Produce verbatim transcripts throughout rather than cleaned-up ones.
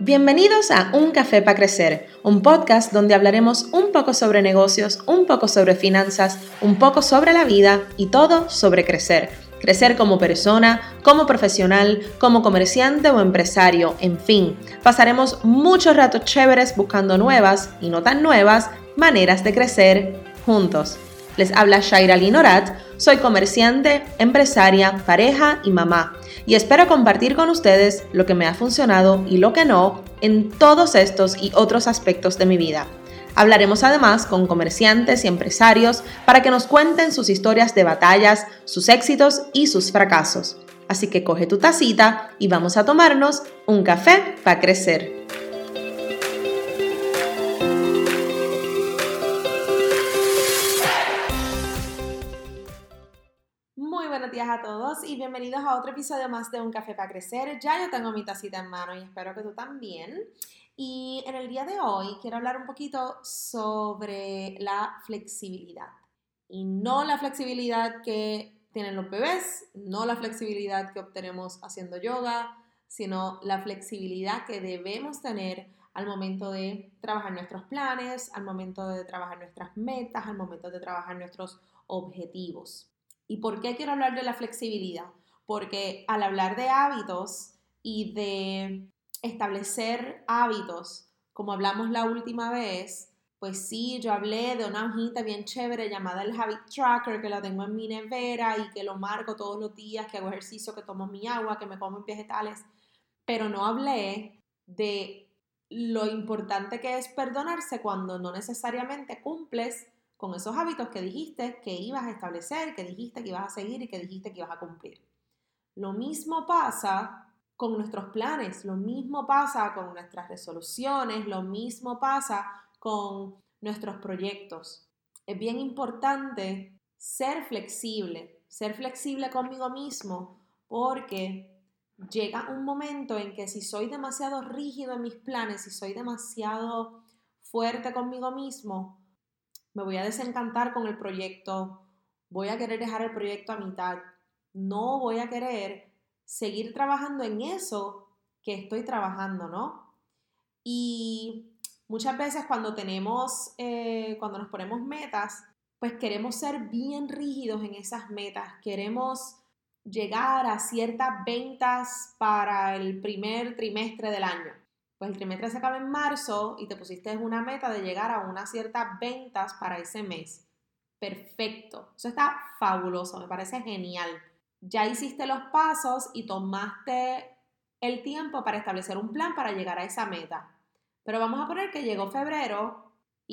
Bienvenidos a Un Café para Crecer, un podcast donde hablaremos un poco sobre negocios, un poco sobre finanzas, un poco sobre la vida y todo sobre crecer. Crecer como persona, como profesional, como comerciante o empresario, en fin. Pasaremos muchos ratos chéveres buscando nuevas y no tan nuevas maneras de crecer juntos. Les habla Shaira Linorat, soy comerciante, empresaria, pareja y mamá. Y espero compartir con ustedes lo que me ha funcionado y lo que no en todos estos y otros aspectos de mi vida. Hablaremos además con comerciantes y empresarios para que nos cuenten sus historias de batallas, sus éxitos y sus fracasos. Así que coge tu tacita y vamos a tomarnos un café para crecer. Muy buenos días a todos y bienvenidos a otro episodio más de Un Café para Crecer. Ya yo tengo mi tacita en mano y espero que tú también. Y en el día de hoy quiero hablar un poquito sobre la flexibilidad. Y no la flexibilidad que tienen los bebés, no la flexibilidad que obtenemos haciendo yoga, sino la flexibilidad que debemos tener al momento de trabajar nuestros planes, al momento de trabajar nuestras metas, al momento de trabajar nuestros objetivos. ¿Y por qué quiero hablar de la flexibilidad? Porque al hablar de hábitos y de establecer hábitos, como hablamos la última vez, pues sí, yo hablé de una hojita bien chévere llamada el Habit Tracker, que la tengo en mi nevera y que lo marco todos los días, que hago ejercicio, que tomo mi agua, que me como mis vegetales, pero no hablé de lo importante que es perdonarse cuando no necesariamente cumples con esos hábitos que dijiste que ibas a establecer, que dijiste que ibas a seguir y que dijiste que ibas a cumplir. Lo mismo pasa con nuestros planes, lo mismo pasa con nuestras resoluciones, lo mismo pasa con nuestros proyectos. Es bien importante ser flexible, ser flexible conmigo mismo, porque llega un momento en que si soy demasiado rígido en mis planes, si soy demasiado fuerte conmigo mismo, me voy a desencantar con el proyecto, voy a querer dejar el proyecto a mitad, no voy a querer seguir trabajando en eso que estoy trabajando, ¿no? Y muchas veces cuando tenemos, eh, cuando nos ponemos metas, pues queremos ser bien rígidos en esas metas, queremos llegar a ciertas ventas para el primer trimestre del año. Pues el trimestre se acaba en marzo y te pusiste una meta de llegar a unas ciertas ventas para ese mes. Perfecto, eso está fabuloso, me parece genial. Ya hiciste los pasos y tomaste el tiempo para establecer un plan para llegar a esa meta. Pero vamos a poner que llegó febrero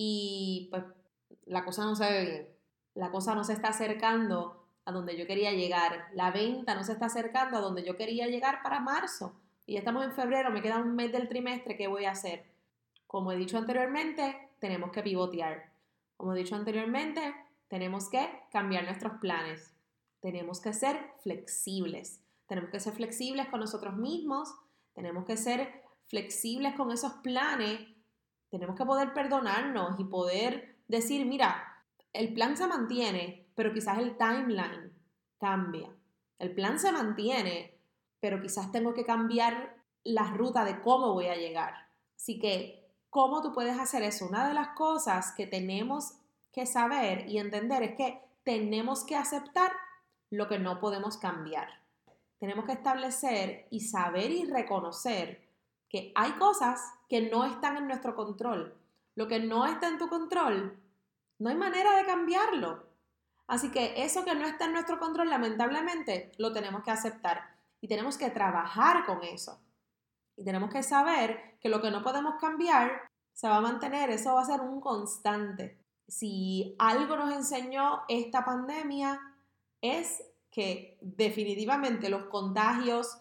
y pues la cosa no se ve bien. La cosa no se está acercando a donde yo quería llegar. La venta no se está acercando a donde yo quería llegar para marzo. Y ya estamos en febrero, me queda un mes del trimestre, ¿qué voy a hacer? Como he dicho anteriormente, tenemos que pivotear. Como he dicho anteriormente, tenemos que cambiar nuestros planes. Tenemos que ser flexibles. Tenemos que ser flexibles con nosotros mismos. Tenemos que ser flexibles con esos planes. Tenemos que poder perdonarnos y poder decir, mira, el plan se mantiene, pero quizás el timeline cambia. El plan se mantiene, pero quizás tengo que cambiar la ruta de cómo voy a llegar. Así que, ¿cómo tú puedes hacer eso? Una de las cosas que tenemos que saber y entender es que tenemos que aceptar lo que no podemos cambiar. Tenemos que establecer y saber y reconocer que hay cosas que no están en nuestro control. Lo que no está en tu control, no hay manera de cambiarlo. Así que eso que no está en nuestro control, lamentablemente, lo tenemos que aceptar y tenemos que trabajar con eso. Y tenemos que saber que lo que no podemos cambiar se va a mantener, eso va a ser un constante. Si algo nos enseñó esta pandemia es que definitivamente los contagios,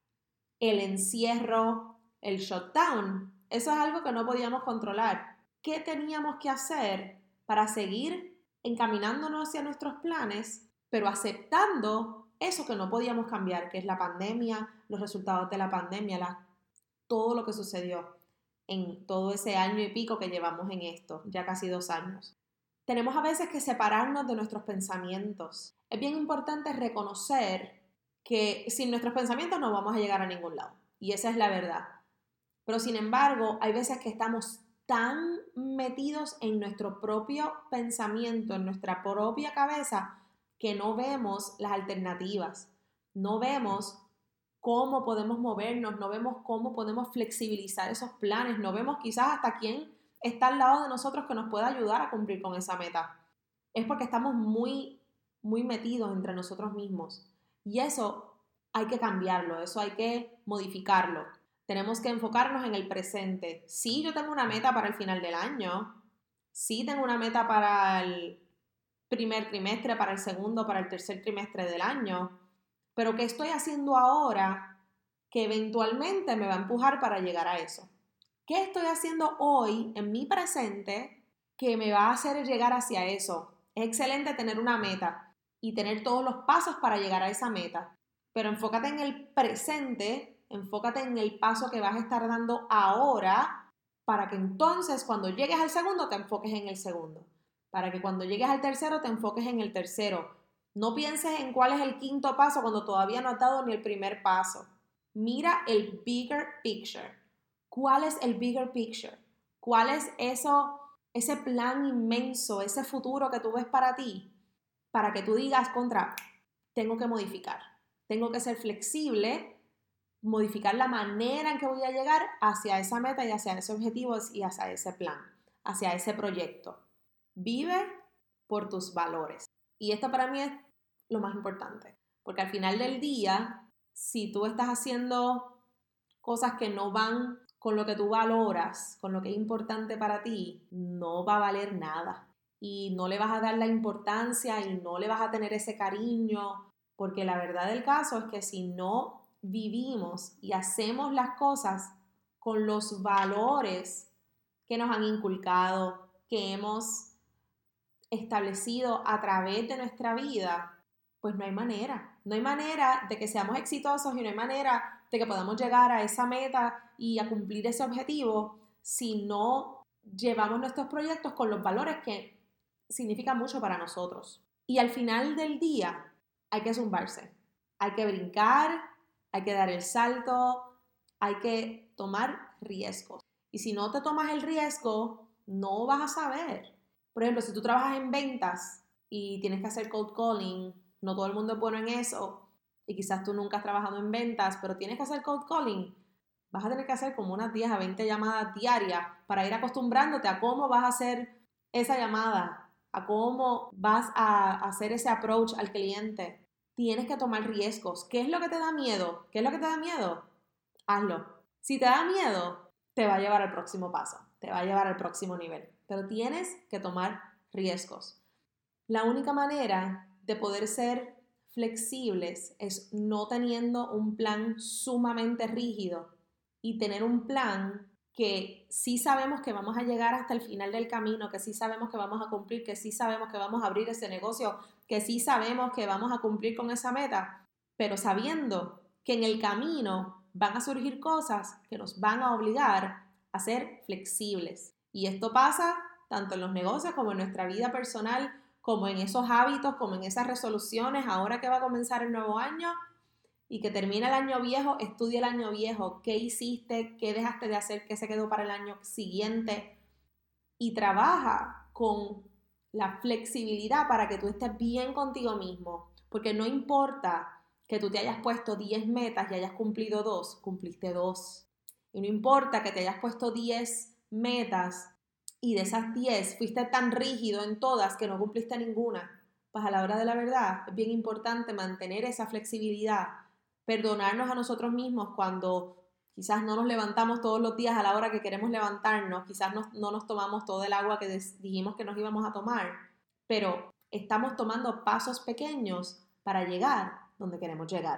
el encierro, el shutdown, eso es algo que no podíamos controlar. ¿Qué teníamos que hacer para seguir encaminándonos hacia nuestros planes, pero aceptando eso que no podíamos cambiar, que es la pandemia, los resultados de la pandemia, la, todo lo que sucedió en todo ese año y pico que llevamos en esto, ya casi dos años? Tenemos a veces que separarnos de nuestros pensamientos. Es bien importante reconocer que sin nuestros pensamientos no vamos a llegar a ningún lado. Y esa es la verdad. Pero sin embargo, hay veces que estamos tan metidos en nuestro propio pensamiento, en nuestra propia cabeza, que no vemos las alternativas, no vemos cómo podemos movernos, no vemos cómo podemos flexibilizar esos planes, no vemos quizás hasta quién está al lado de nosotros que nos pueda ayudar a cumplir con esa meta. Es porque estamos muy, muy metidos entre nosotros mismos. Y eso hay que cambiarlo, eso hay que modificarlo. Tenemos que enfocarnos en el presente. Sí, yo tengo una meta para el final del año. Sí, tengo una meta para el primer trimestre, para el segundo, para el tercer trimestre del año. Pero ¿qué estoy haciendo ahora que eventualmente me va a empujar para llegar a eso? ¿Qué estoy haciendo hoy en mi presente que me va a hacer llegar hacia eso? Es excelente tener una meta y tener todos los pasos para llegar a esa meta, pero enfócate en el presente, enfócate en el paso que vas a estar dando ahora para que entonces cuando llegues al segundo te enfoques en el segundo, para que cuando llegues al tercero te enfoques en el tercero. No pienses en cuál es el quinto paso cuando todavía no has dado ni el primer paso. Mira el bigger picture. ¿Cuál es el bigger picture? ¿Cuál es eso, ese plan inmenso, ese futuro que tú ves para ti? Para que tú digas, contra, tengo que modificar, tengo que ser flexible, modificar la manera en que voy a llegar hacia esa meta y hacia ese objetivo y hacia ese plan, hacia ese proyecto. Vive por tus valores. Y esto para mí es lo más importante, porque al final del día, si tú estás haciendo cosas que no van con lo que tú valoras, con lo que es importante para ti, no va a valer nada. Y no le vas a dar la importancia y no le vas a tener ese cariño, porque la verdad del caso es que si no vivimos y hacemos las cosas con los valores que nos han inculcado, que hemos establecido a través de nuestra vida, pues no hay manera. No hay manera de que seamos exitosos y no hay manera de que podamos llegar a esa meta y a cumplir ese objetivo si no llevamos nuestros proyectos con los valores que significan mucho para nosotros. Y al final del día hay que zumbarse, hay que brincar, hay que dar el salto, hay que tomar riesgos. Y si no te tomas el riesgo, no vas a saber. Por ejemplo, si tú trabajas en ventas y tienes que hacer cold calling, no todo el mundo es bueno en eso, y quizás tú nunca has trabajado en ventas, pero tienes que hacer cold calling, vas a tener que hacer como unas diez a veinte llamadas diarias para ir acostumbrándote a cómo vas a hacer esa llamada, a cómo vas a hacer ese approach al cliente. Tienes que tomar riesgos. ¿Qué es lo que te da miedo? ¿Qué es lo que te da miedo? Hazlo. Si te da miedo, te va a llevar al próximo paso, te va a llevar al próximo nivel. Pero tienes que tomar riesgos. La única manera de poder ser flexibles es no teniendo un plan sumamente rígido y tener un plan que sí sabemos que vamos a llegar hasta el final del camino, que sí sabemos que vamos a cumplir, que sí sabemos que vamos a abrir ese negocio, que sí sabemos que vamos a cumplir con esa meta, pero sabiendo que en el camino van a surgir cosas que nos van a obligar a ser flexibles. Y esto pasa tanto en los negocios como en nuestra vida personal, como en esos hábitos, como en esas resoluciones. Ahora que va a comenzar el nuevo año y que termina el año viejo, estudia el año viejo. ¿Qué hiciste? ¿Qué dejaste de hacer? ¿Qué se quedó para el año siguiente? Y trabaja con la flexibilidad para que tú estés bien contigo mismo. Porque no importa que tú te hayas puesto diez metas y hayas cumplido dos, cumpliste dos. Y no importa que te hayas puesto diez metas y de esas diez fuiste tan rígido en todas que no cumpliste ninguna. Pues a la hora de la verdad es bien importante mantener esa flexibilidad, perdonarnos a nosotros mismos cuando quizás no nos levantamos todos los días a la hora que queremos levantarnos, quizás no, no nos tomamos todo el agua que dijimos que nos íbamos a tomar, pero estamos tomando pasos pequeños para llegar donde queremos llegar.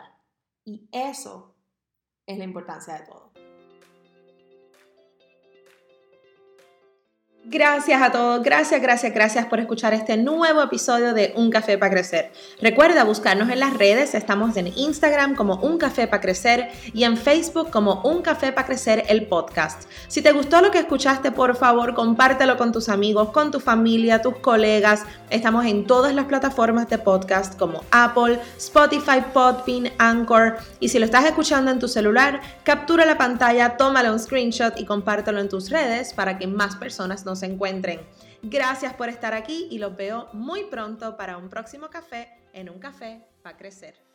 Y eso es la importancia de todo. Gracias a todos, gracias, gracias, gracias por escuchar este nuevo episodio de Un Café para Crecer. Recuerda buscarnos en las redes, estamos en Instagram como Un Café para Crecer y en Facebook como Un Café para Crecer el podcast. Si te gustó lo que escuchaste, por favor, compártelo con tus amigos, con tu familia, tus colegas. Estamos en todas las plataformas de podcast como Apple, Spotify, Podbean, Anchor. Y si lo estás escuchando en tu celular, captura la pantalla, tómale un screenshot y compártelo en tus redes para que más personas nos se encuentren. Gracias por estar aquí y los veo muy pronto para un próximo café en Un Café para Crecer.